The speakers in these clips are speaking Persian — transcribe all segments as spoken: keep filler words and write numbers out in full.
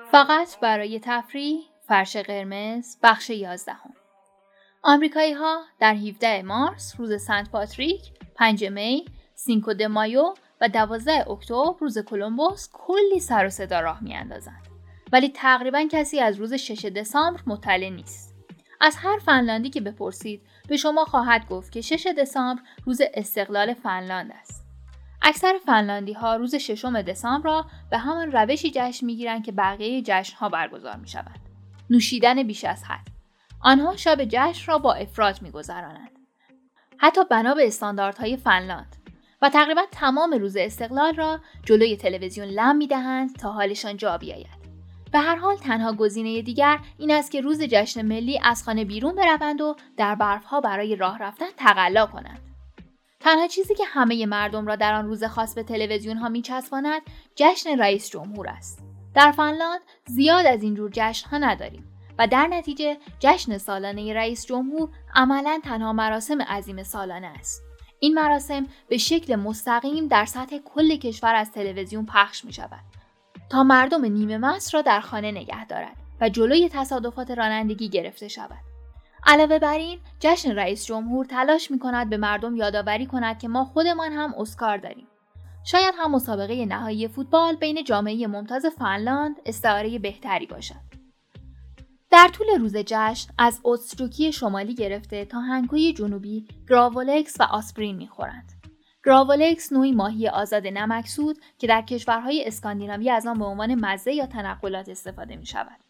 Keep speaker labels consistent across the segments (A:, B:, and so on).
A: فقط برای تفریح، فرش قرمز، بخش یازدهم. آمریکایی ها در هفدهم مارس روز سنت پاتریک، پنجم می، سینکو د مایو و دوازدهم اکتبر روز کلمبوس کلی سر و صدا راه میاندازند. ولی تقریبا کسی از روز ششم دسامبر مطلع نیست. از هر فنلاندی که بپرسید به شما خواهد گفت که ششم دسامبر روز استقلال فنلاند است. اکثر فنلاندی ها روز ششم دسامبر را به همان روشی جشن میگیرند که بقیه جشن ها برگزار می شود. نوشیدن بیش از حد. آنها شب جشن را با افراط می‌گذرانند. حتی بنا به استانداردهای فنلاند و تقریبا تمام روز استقلال را جلوی تلویزیون لم می‌دهند تا حالشان جا بیاید. به هر حال تنها گزینه دیگر این است که روز جشن ملی از خانه بیرون بروند و در برف‌ها برای راه رفتن تقلا کنند. تنها چیزی که همه مردم را در آن روز خاص به تلویزیون‌ها می‌چسباند جشن رئیس جمهور است. در فنلاند زیاد از این جور جشن‌ها نداریم. و در نتیجه جشن سالانه رئیس جمهور عملاً تنها مراسم عظیم سالانه است. این مراسم به شکل مستقیم در سطح کل کشور از تلویزیون پخش می شود تا مردم نیمه مست را در خانه نگه دارد و جلوی تصادفات رانندگی گرفته شود. علاوه بر این جشن رئیس جمهور تلاش می کند به مردم یادآوری کند که ما خودمان هم اسکار داریم. شاید هم مسابقه نهایی فوتبال بین جامعه ممتاز فنلاند استعاره بهتری باشد. در طول روز جشن از اوتسجوکی شمالی گرفته تا هنگوی جنوبی گراولکس و آسپرین می‌خورند. گراولکس نوعی ماهی آزاد نمکسود که در کشورهای اسکاندیناوی از آن به عنوان مزه یا تنقلات استفاده می‌شود.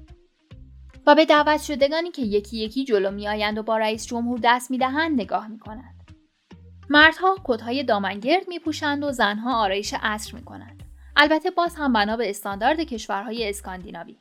A: و به دعوت شدگانی که یکی یکی جلو می‌آیند و با رئیس جمهور دست می‌دهند نگاه می‌کنند. مردها کت‌های دامنگرد می‌پوشند و زنها آرایش عصر می‌کنند. البته باز هم بنا به استاندارد کشورهای اسکاندیناوی.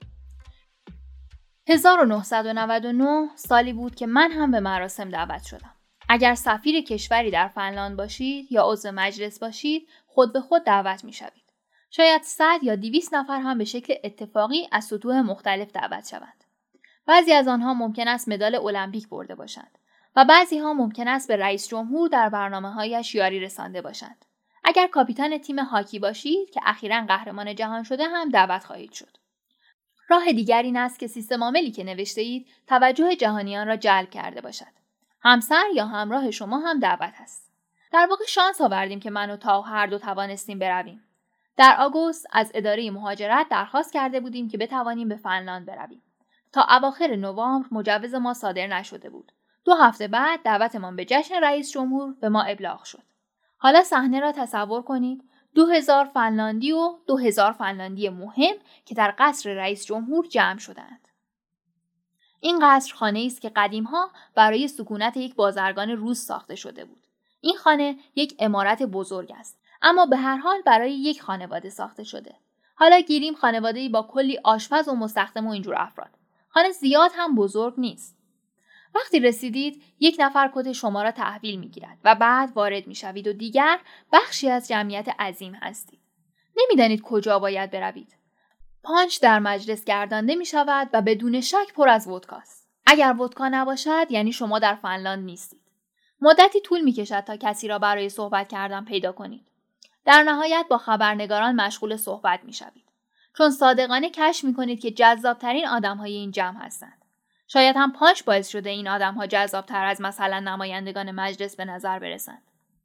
A: هزار و نهصد و نود و نه سالی بود که من هم به مراسم دعوت شدم. اگر سفیر کشوری در فنلاند باشید یا عضو مجلس باشید، خود به خود دعوت می شوید. شاید صد یا دویست نفر هم به شکل اتفاقی از سطوح مختلف دعوت شوند. بعضی از آنها ممکن است مدال المپیک برده باشند و بعضی ها ممکن است به رئیس جمهور در برنامه‌هایش یاری رسانده باشند. اگر کاپیتان تیم هاکی باشید که اخیراً قهرمان جهان شده هم دعوت خواهید شد. راه دیگر این است که سیستم عاملی که نوشته اید توجه جهانیان را جلب کرده باشد. همسر یا همراه شما هم دعوت است. در واقع شانس آوردیم که من و تاو هر دو توانستیم برویم. در آگوست از اداره مهاجرت درخواست کرده بودیم که بتوانیم به فنلاند برویم. تا اواخر نوامبر مجوز ما صادر نشده بود. دو هفته بعد دعوتمان به جشن رئیس جمهور به ما ابلاغ شد. حالا صحنه را تصور کنید. دو هزار فنلاندی و دو هزار فنلاندی مهم که در قصر رئیس جمهور جمع شدند. این قصر خانه‌ای است که قدیم‌ها برای سکونت یک بازرگان روس ساخته شده بود. این خانه یک عمارت بزرگ است، اما به هر حال برای یک خانواده ساخته شده. حالا گیریم خانواده‌ای با کلی آشپز و مستخدم و اینجور افراد. خانه زیاد هم بزرگ نیست. وقتی رسیدید یک نفر کت شما را تحویل می‌گیرد و بعد وارد می‌شوید و دیگر بخشی از جمعیت عظیم هستید. نمی‌دانید کجا باید بروید. پانچ در مجلس گردانده می‌شود و بدون شک پر از ودکاست. اگر ودکا نباشد یعنی شما در فنلاند نیستید. مدتی طول می‌کشد تا کسی را برای صحبت کردن پیدا کنید. در نهایت با خبرنگاران مشغول صحبت می‌شوید. چون صادقانه کشف می‌کنید که جذاب‌ترین آدم‌های این جمع هستند. شاید هم پانچ باعث شده این آدم‌ها جذاب‌تر از مثلا نمایندگان مجلس به نظر برسند.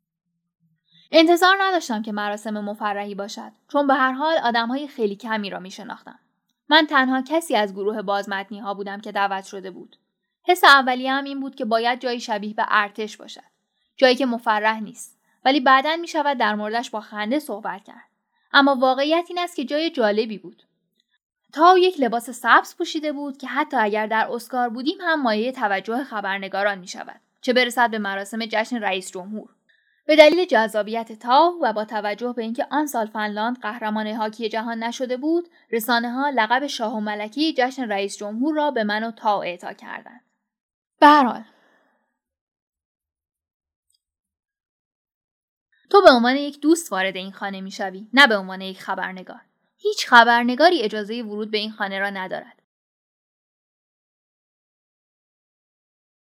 A: انتظار نداشتم که مراسم مفرحی باشد، چون به هر حال آدم‌های خیلی کمی را می‌شناختم. من تنها کسی از گروه بازمتنی‌ها بودم که دعوت شده بود. حس اولیه‌ام این بود که باید جایی شبیه به ارتش باشد. جایی که مفرح نیست، ولی بعداً می‌شود در موردش با خنده صحبت کرد. اما واقعیت این است که جای جالبی بود. تاو یک لباس سبز پوشیده بود که حتی اگر در اسکار بودیم هم مایه توجه خبرنگاران می شود. چه برسد به مراسم جشن رئیس جمهور. به دلیل جذابیت تاو و با توجه به اینکه آن سال فنلاند قهرمان هاکی جهان نشده بود، رسانه‌ها لقب شاه و ملکی جشن رئیس جمهور را به من و تاو اعطا کردند. به هر حال تو به عنوان یک دوست وارد این خانه می‌شوی، نه به عنوان یک خبرنگار. هیچ خبرنگاری اجازه ورود به این خانه را ندارد.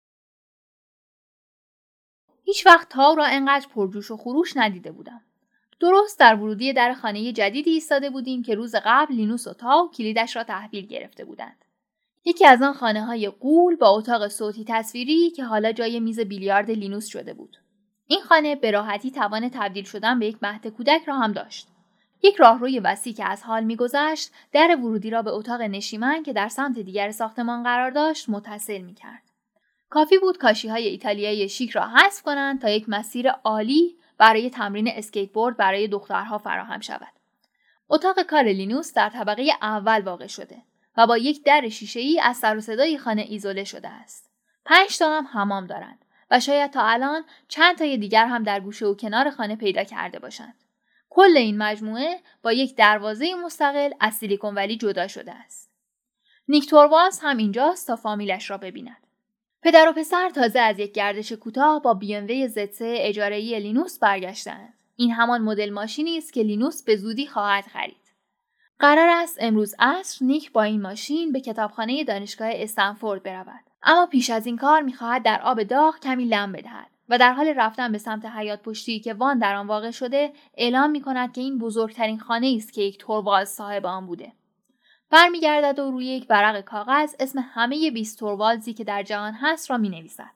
A: هیچ وقت تاو را انقدر پرجوش و خروش ندیده بودم. درست در ورودی در خانه جدیدی ایستاده بودیم که روز قبل لینوس و تاو کلیدش را تحویل گرفته بودند. یکی از آن خانه‌های غول با اتاق صوتی تصویری که حالا جای میز بیلیارد لینوس شده بود. این خانه به راحتی توان تبدیل شدن به یک مهد کودک را هم داشت. یک راهروی وسیع که از حال می‌گذشت، در ورودی را به اتاق نشیمن که در سمت دیگر ساختمان قرار داشت متصل می‌کرد. کافی بود کاشی‌های ایتالیایی شیک را حذف کنند تا یک مسیر عالی برای تمرین اسکیتبورد برای دخترها فراهم شود. اتاق کار لینوس در طبقه اول واقع شده و با یک در شیشه‌ای از سر و صدای خانه ایزوله شده است. پنج تا هم حمام دارند و شاید تا الان چند تای دیگر هم در گوشه و کنار خانه پیدا کرده باشند. کل این مجموعه با یک دروازه مستقل از سیلیکون ولی جدا شده است. نیک توروالز هم اینجاست تا فامیلش را ببیند. پدر و پسر تازه از یک گردش کوتاه با بی ام وی زد سه اجاره‌ای لینوس برگشتند. این همان مدل ماشینی است که لینوس به زودی خواهد خرید. قرار است امروز عصر نیک با این ماشین به کتابخانه دانشگاه استنفورد برود. اما پیش از این کار می‌خواهد در آب داغ کمی لم بدهد و در حال رفتن به سمت حیاط پشتی که وان در آن واقع شده اعلام می‌کند که این بزرگترین خانه است که یک توروالز صاحب آن بوده. برمیگردد و روی یک ورق کاغذ اسم همه بیست توروالزی که در جهان هست را می‌نویسد.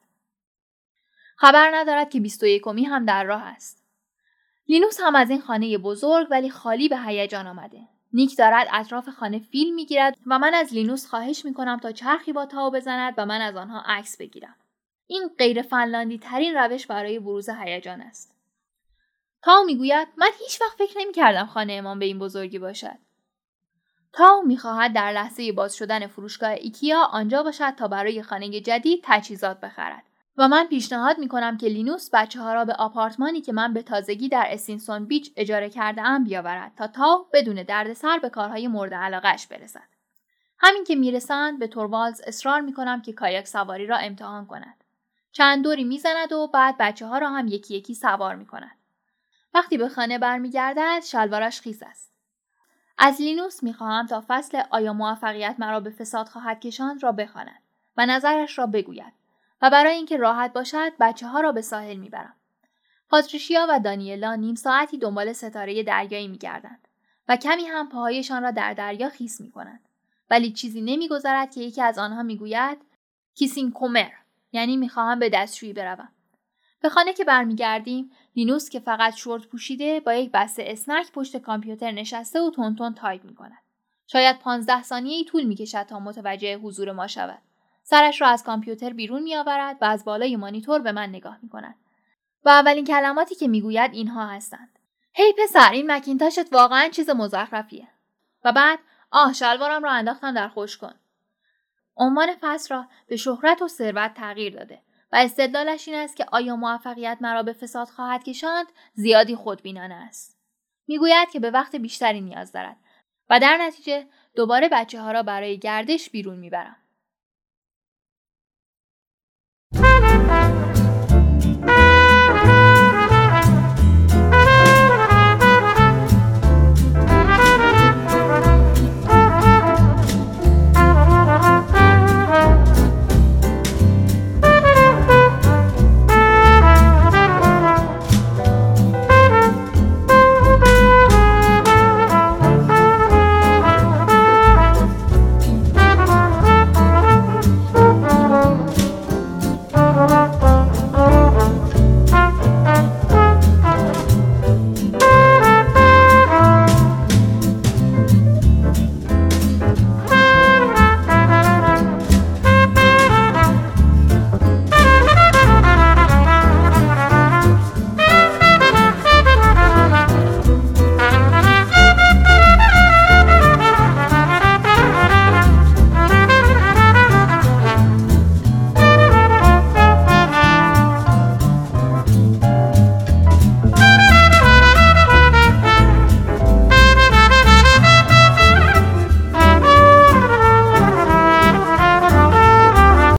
A: خبر ندارد که بیست و یکمی هم در راه است. لینوس هم از این خانه بزرگ ولی خالی به هیجان آمده. نیک دارد اطراف خانه فیلم میگیرد و من از لینوس خواهش میکنم تا چرخی با تاو بزند و من از آنها عکس بگیرم. این غیر فنلاندی ترین روش برای بروز هیجان است. تاو میگوید من هیچ وقت فکر نمیکردم خانه امان به این بزرگی باشد. تاو میخواهد در لحظه باز شدن فروشگاه ایکیا آنجا باشد تا برای خانه جدید تجهیزات بخرد. و من پیشنهاد میکنم که لینوس بچه‌ها را به آپارتمانی که من به تازگی در استینسون بیچ اجاره کرده ام بیاورد تا تاو بدون دردسر به کارهای مورد علاقه‌اش برسد. همین که میرسند به توروالز اصرار میکنم که کایاک سواری را امتحان کند. چند دوری میزند و بعد بچه‌ها را هم یکی یکی سوار میکند. وقتی به خانه برمیگردد شلوارش خیس است. از لینوس میخواهم تا فصل آیا موفقیت مرا به فساد خواهد کشاند را بخواند و نظرش را بگوید. و برای اینکه راحت باشد بچه ها را به ساحل میبرم. پاتریشیا و دانیلا نیم ساعتی دنبال ستاره دریایی میگردند و کمی هم پاهایشان را در دریا خیس میکنند. ولی چیزی نمیگذرد که یکی از آنها میگوید کیسین کومر، یعنی میخواهم به دستشویی بروم. به خانه که برمیگردیم لینوس که فقط شورت پوشیده با یک بسته اسنک پشت کامپیوتر نشسته و تون تون تایپ میکند. شاید پانزده ثانیه‌ای طول میکشد تا متوجه حضور ما شود. سرش را از کامپیوتر بیرون می آورد و از بالای مانیتور به من نگاه می کند. و اولین کلماتی که می گوید اینها هستند. هی پسر، این مکینتاشت واقعا چیز مزخرفیه. و بعد آه شلوارم را انداختم در خشک کن. عنوان فصل را به شهرت و ثروت تغییر داده و استدلالش این است که آیا موفقیت مرا به فساد خواهد کشاند زیادی خودبینانه است. می گوید که به وقت بیشتری نیاز دارد و در نتیجه دوباره بچه ها را برای گردش بیرون می برم.